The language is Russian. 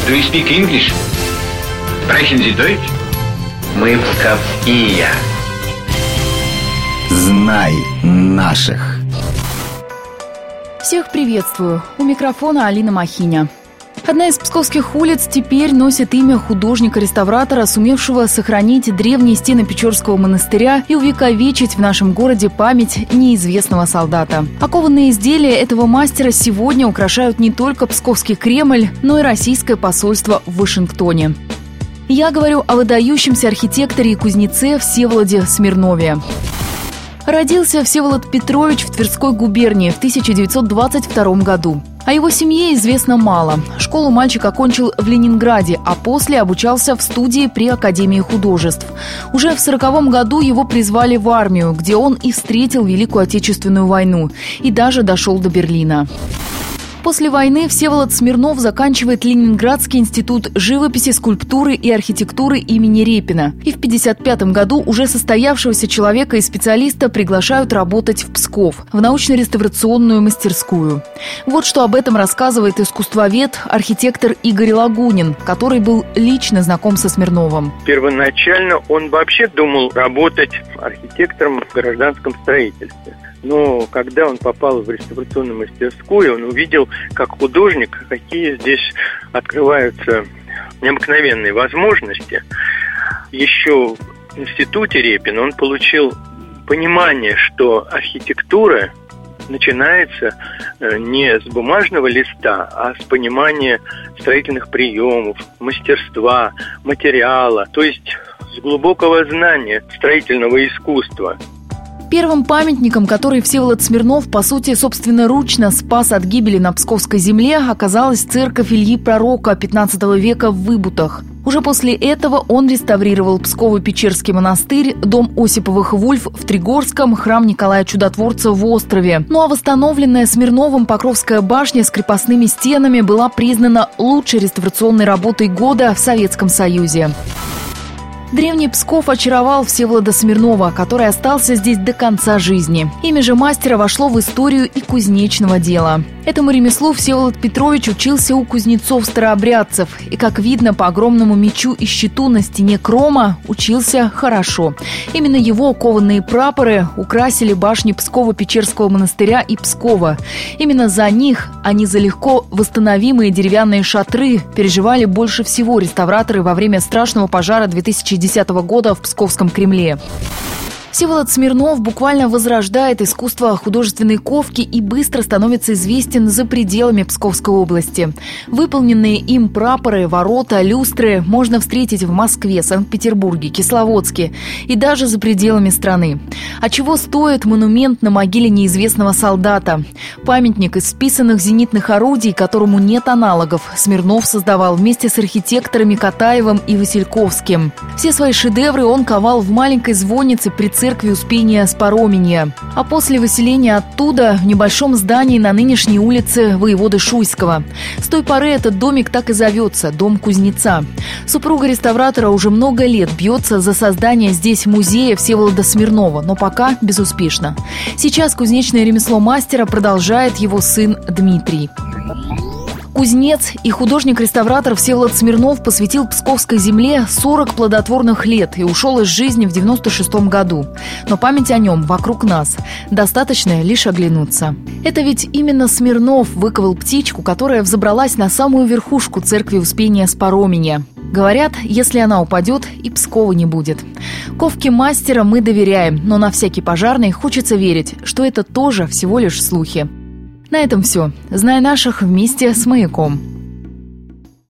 Do you speak English? Sprechen Sie Deutsch? Мы псковские. Знай наших. Всех приветствую. У микрофона Алина Махиня. Одна из псковских улиц теперь носит имя художника-реставратора, сумевшего сохранить древние стены Печорского монастыря и увековечить в нашем городе память неизвестного солдата. Окованные изделия этого мастера сегодня украшают не только Псковский Кремль, но и российское посольство в Вашингтоне. Я говорю о выдающемся архитекторе и кузнеце Всеволоде Смирнове. Родился Всеволод Петрович в Тверской губернии в 1922 году. О его семье известно мало. Школу мальчик окончил в Ленинграде, а после обучался в студии при Академии художеств. Уже в 1940 году его призвали в армию, где он и встретил Великую Отечественную войну, и даже дошел до Берлина. После войны Всеволод Смирнов заканчивает Ленинградский институт живописи, скульптуры и архитектуры имени Репина. И в 1955 году уже состоявшегося человека и специалиста приглашают работать в Псков, в научно-реставрационную мастерскую. Вот что об этом рассказывает искусствовед, архитектор Игорь Лагунин, который был лично знаком со Смирновым. Первоначально он вообще думал работать архитектором в гражданском строительстве. Но когда он попал в реставрационную мастерскую, он увидел, как художник, какие здесь открываются необыкновенные возможности. Еще в институте Репина он получил понимание, что архитектура начинается не с бумажного листа, а с понимания строительных приемов, мастерства, материала, то есть с глубокого знания строительного искусства. Первым памятником, который Всеволод Смирнов, по сути, собственноручно спас от гибели на Псковской земле, оказалась церковь Ильи Пророка XV века в Выбутах. Уже после этого он реставрировал Псково-Печерский монастырь, дом Осиповых Вульф в Тригорском, храм Николая Чудотворца в Острове. Ну а восстановленная Смирновым Покровская башня с крепостными стенами была признана лучшей реставрационной работой года в Советском Союзе. Древний Псков очаровал Всеволода Смирнова, который остался здесь до конца жизни. Имя же мастера вошло в историю и кузнечного дела. Этому ремеслу Всеволод Петрович учился у кузнецов-старообрядцев. И, как видно, по огромному мечу и щиту на стене крома учился хорошо. Именно его кованые прапоры украсили башни Псково-Печерского монастыря и Пскова. Именно за них, а не за легко восстановимые деревянные шатры, переживали больше всего реставраторы во время страшного пожара 2010 года в Псковском Кремле. Всеволод Смирнов буквально возрождает искусство художественной ковки и быстро становится известен за пределами Псковской области. Выполненные им прапоры, ворота, люстры можно встретить в Москве, Санкт-Петербурге, Кисловодске и даже за пределами страны. А чего стоит монумент на могиле неизвестного солдата? Памятник из списанных зенитных орудий, которому нет аналогов, Смирнов создавал вместе с архитекторами Катаевым и Васильковским. Все свои шедевры он ковал в маленькой звоннице при церкви Успения Спароменья. А после выселения оттуда в небольшом здании на нынешней улице Воеводы Шуйского. С той поры этот домик так и зовется – Дом кузнеца. Супруга реставратора уже много лет бьется за создание здесь музея Всеволода Смирнова, но пока безуспешно. Сейчас кузнечное ремесло мастера продолжает его сын Дмитрий. Кузнец и художник-реставратор Всеволод Смирнов посвятил Псковской земле 40 плодотворных лет и ушел из жизни в 1996 году. Но память о нем вокруг нас. Достаточно лишь оглянуться. Это ведь именно Смирнов выковал птичку, которая взобралась на самую верхушку церкви Успения Спароменья. Говорят, если она упадет, и Пскова не будет. Ковке мастера мы доверяем, но на всякий пожарный хочется верить, что это тоже всего лишь слухи. На этом все. Знай наших вместе с «Маяком».